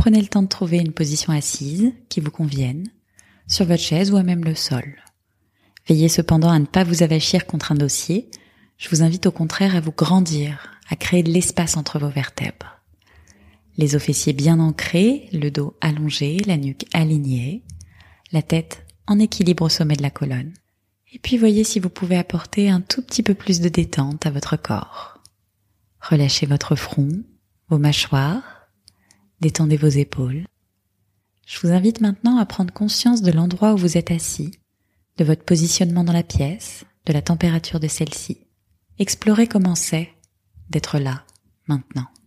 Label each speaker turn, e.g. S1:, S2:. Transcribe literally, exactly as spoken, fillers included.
S1: Prenez le temps de trouver une position assise qui vous convienne, sur votre chaise ou à même le sol. Veillez cependant à ne pas vous avachir contre un dossier. Je vous invite au contraire à vous grandir, à créer de l'espace entre vos vertèbres. Les os fessiers bien ancrés, le dos allongé, la nuque alignée, la tête en équilibre au sommet de la colonne. Et puis voyez si vous pouvez apporter un tout petit peu plus de détente à votre corps. Relâchez votre front, vos mâchoires, détendez vos épaules. Je vous invite maintenant à prendre conscience de l'endroit où vous êtes assis, de votre positionnement dans la pièce, de la température de celle-ci. Explorez comment c'est d'être là, maintenant.